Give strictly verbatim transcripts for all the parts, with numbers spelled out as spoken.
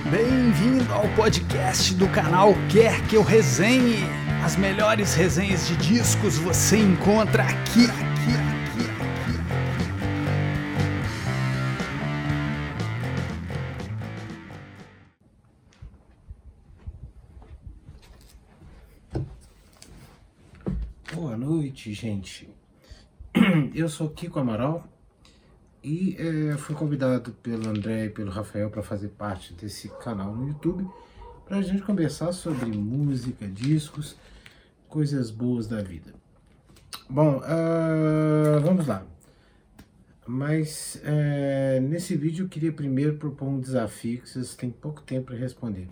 Bem-vindo ao podcast do canal Quer Que Eu Resenhe. As melhores resenhas de discos você encontra aqui, aqui, aqui, aqui. Boa noite, gente. Eu sou Kiko Amaral e é, fui convidado pelo André e pelo Rafael para fazer parte desse canal no YouTube para a gente conversar sobre música, discos, coisas boas da vida. Bom, uh, vamos lá. Mas uh, nesse vídeo eu queria primeiro propor um desafio que vocês têm pouco tempo para responder.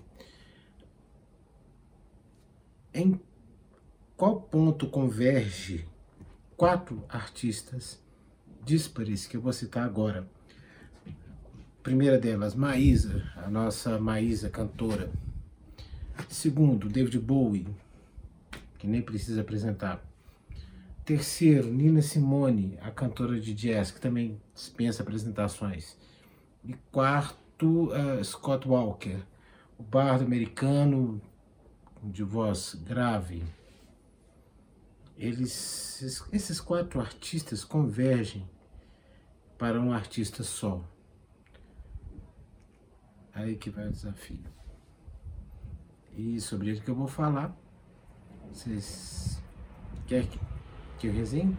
Em qual ponto converge quatro artistas díspares que eu vou citar agora? Primeira delas, Maísa, a nossa Maísa cantora. Segundo, David Bowie, que nem precisa apresentar. Terceiro, Nina Simone, a cantora de jazz, que também dispensa apresentações. E quarto, uh, Scott Walker, o bardo americano de voz grave. Eles, esses quatro artistas convergem para um artista só. Aí que vai o desafio. E sobre ele que eu vou falar. Vocês querem que, que eu resenhe?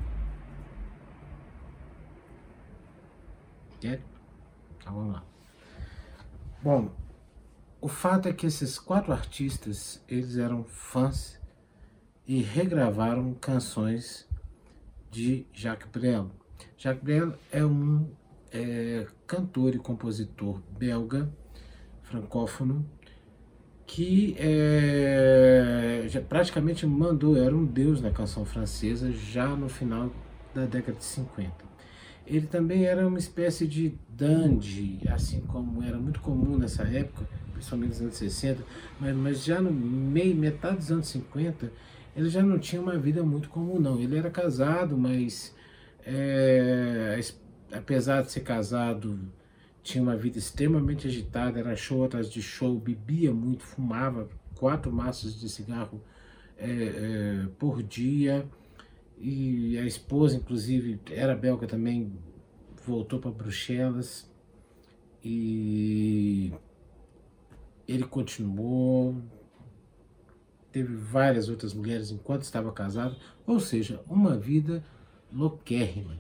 Quer? Então vamos lá. Bom, o fato é que esses quatro artistas, eles eram fãs e regravaram canções de Jacques Brel. Jacques Brel é um é, cantor e compositor belga, francófono, que é, já praticamente mandou, era um deus na canção francesa já no final da década de cinquenta. Ele também era uma espécie de dandy, assim como era muito comum nessa época, principalmente nos anos sessenta, mas, mas já no meio, metade dos anos cinquenta, ele já não tinha uma vida muito comum, não. Ele era casado, mas é, apesar de ser casado, tinha uma vida extremamente agitada, era show atrás de show, bebia muito, fumava quatro maços de cigarro é, é, por dia. E a esposa, inclusive, era belga também, voltou para Bruxelas e ele continuou. Teve várias outras mulheres enquanto estava casado, ou seja, uma vida louquérrima.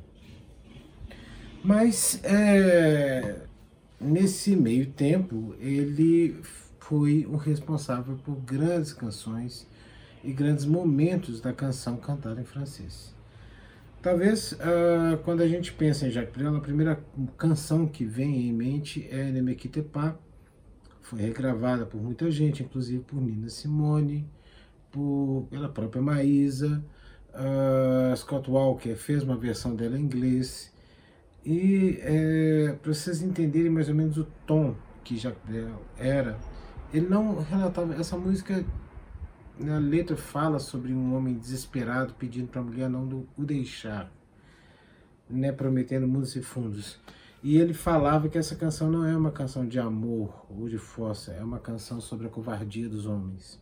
Mas é, nesse meio tempo ele foi o responsável por grandes canções e grandes momentos da canção cantada em francês. Talvez uh, quando a gente pensa em Jacques Brel, a primeira canção que vem em mente é Ne Me Quitte Pas. Foi regravada por muita gente, inclusive por Nina Simone, por, pela própria Maísa. uh, Scott Walker fez uma versão dela em inglês. E é, para vocês entenderem mais ou menos o tom que Jacques Brel era, ele não relatava essa música. A letra fala sobre um homem desesperado pedindo para a mulher não o deixar, né, prometendo mundos e fundos. E ele falava que essa canção não é uma canção de amor ou de força, é uma canção sobre a covardia dos homens.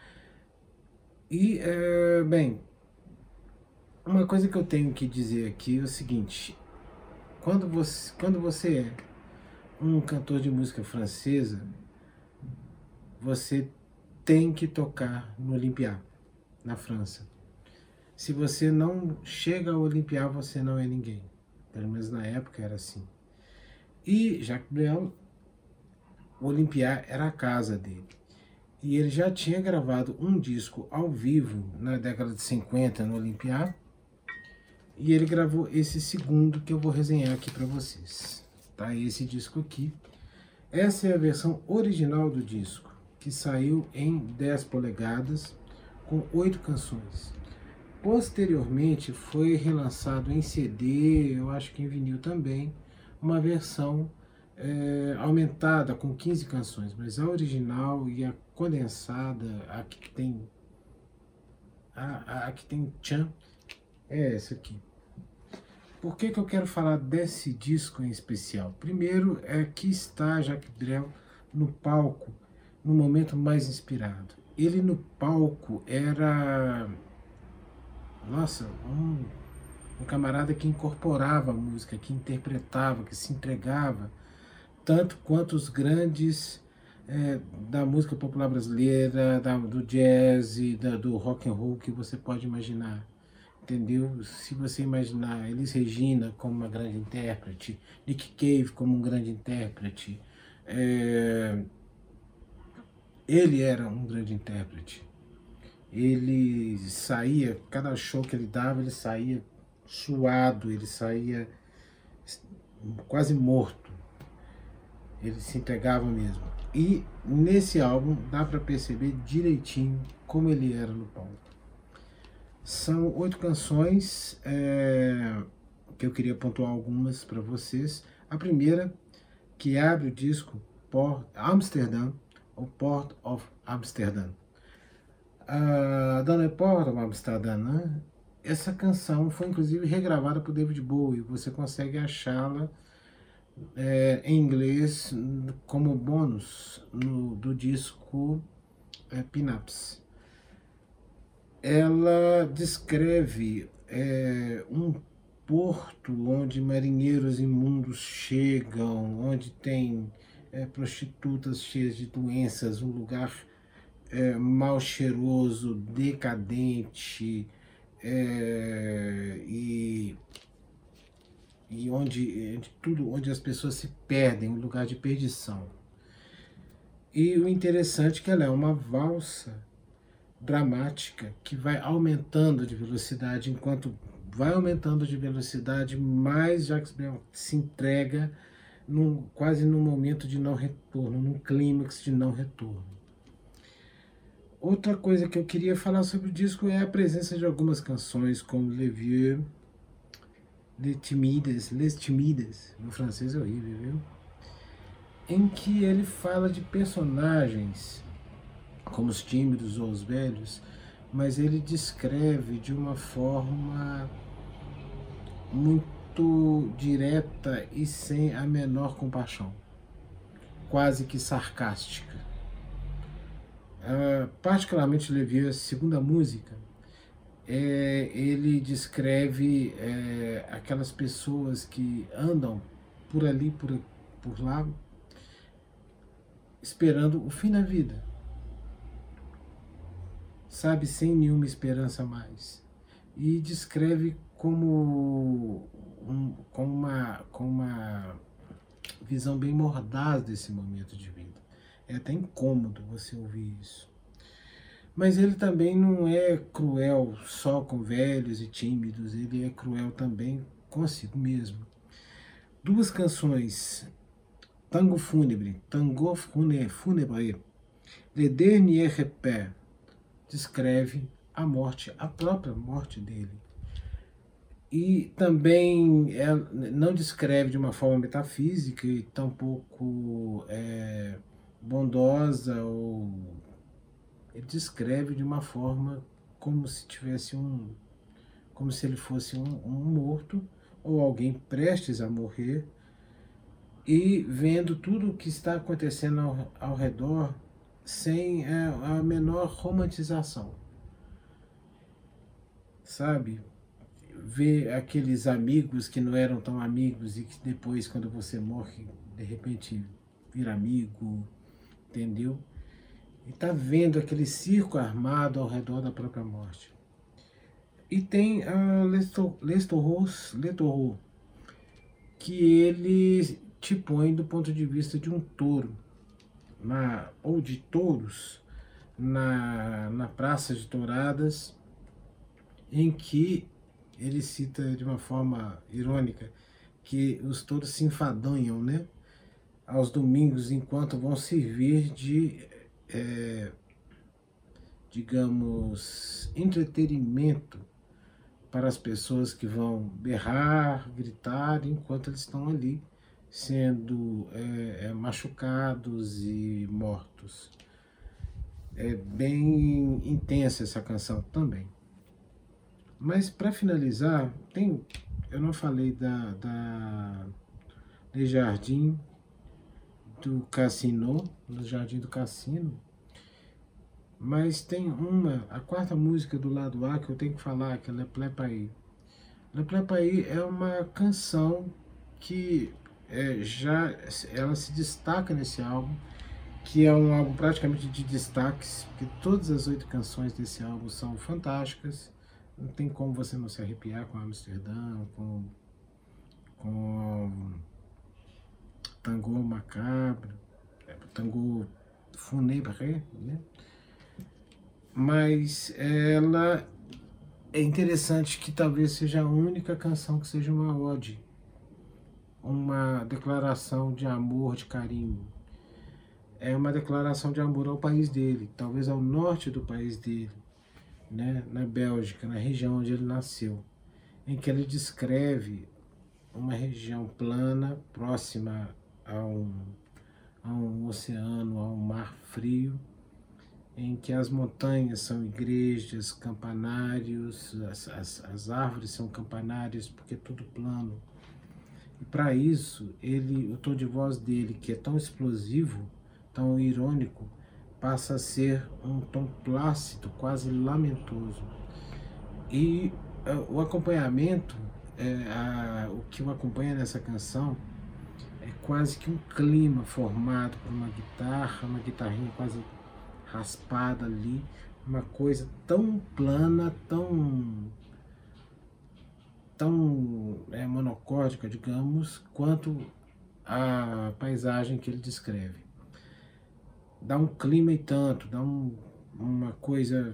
E, é, bem, uma coisa que eu tenho que dizer aqui é o seguinte: quando você, quando você é um cantor de música francesa, você tem que tocar no Olympia, na França. Se você não chega ao Olympia, você não é ninguém. Pelo menos na época era assim. E Jacques Brel, o Olympia era a casa dele. E ele já tinha gravado um disco ao vivo na década de cinquenta no Olympia. E ele gravou esse segundo que eu vou resenhar aqui para vocês. Tá? Esse disco aqui. Essa é a versão original do disco, que saiu em dez polegadas, com oito canções. Posteriormente foi relançado em C D, eu acho que em vinil também, uma versão é, aumentada com quinze canções, mas a original e a condensada, a que tem a, a que tem tchan, é essa aqui. Por que que eu quero falar desse disco em especial? Primeiro, é que está Jacques Brel no palco no momento mais inspirado. Ele no palco era, nossa, um, um camarada que incorporava a música, que interpretava, que se entregava, tanto quanto os grandes é, da música popular brasileira, da, do jazz, da, do rock and roll que você pode imaginar. Entendeu? Se você imaginar Elis Regina como uma grande intérprete, Nick Cave como um grande intérprete, é, ele era um grande intérprete. Ele saía, cada show que ele dava, ele saía suado, ele saía quase morto. Ele se entregava mesmo. E nesse álbum dá para perceber direitinho como ele era no palco. São oito canções, é, que eu queria pontuar algumas para vocês. A primeira, que abre o disco, Port Amsterdam, ou Port of Amsterdam. Uh, Dans le Port of Amsterdam, né? Essa canção foi inclusive regravada por David Bowie. Você consegue achá-la é, em inglês como bônus no, do disco é, Pin-Ups. Ela descreve é, um porto onde marinheiros imundos chegam, onde tem é, prostitutas cheias de doenças, um lugar é, mal cheiroso, decadente, é, e, e onde, onde, tudo, onde as pessoas se perdem, um lugar de perdição. E o interessante é que ela é uma valsa dramática que vai aumentando de velocidade. Enquanto vai aumentando de velocidade, mais Jacques Brel se entrega num, quase num momento de não retorno, num clímax de não retorno. Outra coisa que eu queria falar sobre o disco é a presença de algumas canções como Les Vieux, Les Timides, Les Timides, no francês é horrível, viu? Em que ele fala de personagens como os tímidos ou os velhos, mas ele descreve de uma forma muito direta e sem a menor compaixão, quase que sarcástica. Uh, particularmente Le Vieux, a segunda música, é, ele descreve é, aquelas pessoas que andam por ali, por, por lá, esperando o fim da vida, sabe, sem nenhuma esperança mais. E descreve como, um, com, uma, com uma visão bem mordaz desse momento de vida. É até incômodo você ouvir isso. Mas ele também não é cruel só com velhos e tímidos, ele é cruel também consigo mesmo. Duas canções, Tango Fúnebre, Tango Fúnebre, Le Dernier Repas, descreve a morte, a própria morte dele. E também é, não descreve de uma forma metafísica e tampouco é, bondosa, ou ele descreve de uma forma como se tivesse um, como se ele fosse um, um morto ou alguém prestes a morrer e vendo tudo o que está acontecendo ao, ao redor sem a, a menor romantização, sabe? Ver aqueles amigos que não eram tão amigos e que depois, quando você morre, de repente vira amigo, entendeu? E tá vendo aquele circo armado ao redor da própria morte. E tem a Lestorros, que ele te põe do ponto de vista de um touro, na, ou de touros, na, na praça de touradas, em que ele cita de uma forma irônica que os touros se enfadonham, né, aos domingos, enquanto vão servir de, é, digamos, entretenimento para as pessoas que vão berrar, gritar, enquanto eles estão ali sendo é, é, machucados e mortos. É bem intensa essa canção também. Mas para finalizar, tem, eu não falei da, da Desjardins, do Cassino, no Jardim do Cassino. Mas tem uma, a quarta música do lado A que eu tenho que falar, que é Le Plaipaye. Le Plaipaye é uma canção que é, já ela se destaca nesse álbum, que é um álbum praticamente de destaques, porque todas as oito canções desse álbum são fantásticas. Não tem como você não se arrepiar com Amsterdã, com, com Tango Macabre, Tango Funèbre, né? Mas ela é interessante que talvez seja a única canção que seja uma ode, uma declaração de amor, de carinho. É uma declaração de amor ao país dele, talvez ao norte do país dele, né, na Bélgica, na região onde ele nasceu, em que ele descreve uma região plana, próxima a um, a um oceano, a um mar frio, em que as montanhas são igrejas, campanários, as, as, as árvores são campanários, porque é tudo plano. E para isso, ele, o tom de voz dele, que é tão explosivo, tão irônico, passa a ser um tom plácido, quase lamentoso. E uh, o acompanhamento, é, a, o que o acompanha nessa canção, é quase que um clima formado por uma guitarra, uma guitarrinha quase raspada ali, uma coisa tão plana, tão, tão é, monocórdica, digamos, quanto a paisagem que ele descreve. Dá um clima e tanto, dá um, uma coisa,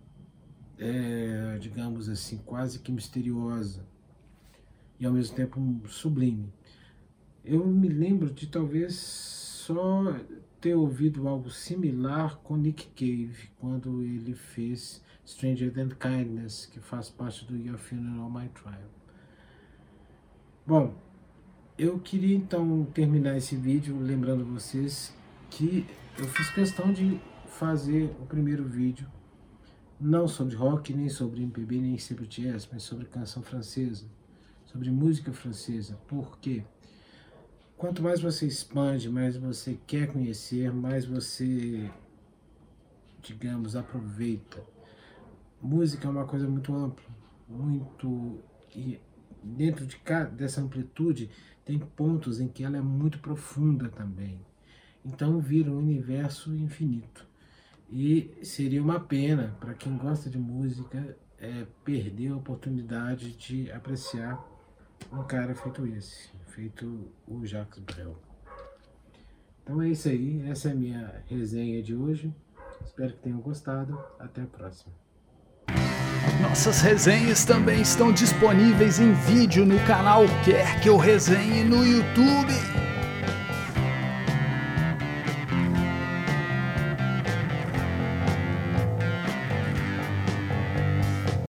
é, digamos assim, quase que misteriosa e ao mesmo tempo sublime. Eu me lembro de talvez só ter ouvido algo similar com Nick Cave, quando ele fez Stranger Than Kindness, que faz parte do Your Funeral, My Trial. Bom, eu queria então terminar esse vídeo lembrando vocês que eu fiz questão de fazer o primeiro vídeo não sobre rock, nem sobre M P B, nem sobre jazz, mas sobre canção francesa, sobre música francesa. Por quê? Quanto mais você expande, mais você quer conhecer, mais você, digamos, aproveita. Música é uma coisa muito ampla, muito... E dentro de cada, dessa amplitude, tem pontos em que ela é muito profunda também. Então vira um universo infinito. E seria uma pena para quem gosta de música é, perder a oportunidade de apreciar um cara feito esse, feito o Jacques Brel. Então é isso aí, essa é a minha resenha de hoje. Espero que tenham gostado. Até a próxima. Nossas resenhas também estão disponíveis em vídeo no canal Quer Que Eu Resenhe no YouTube.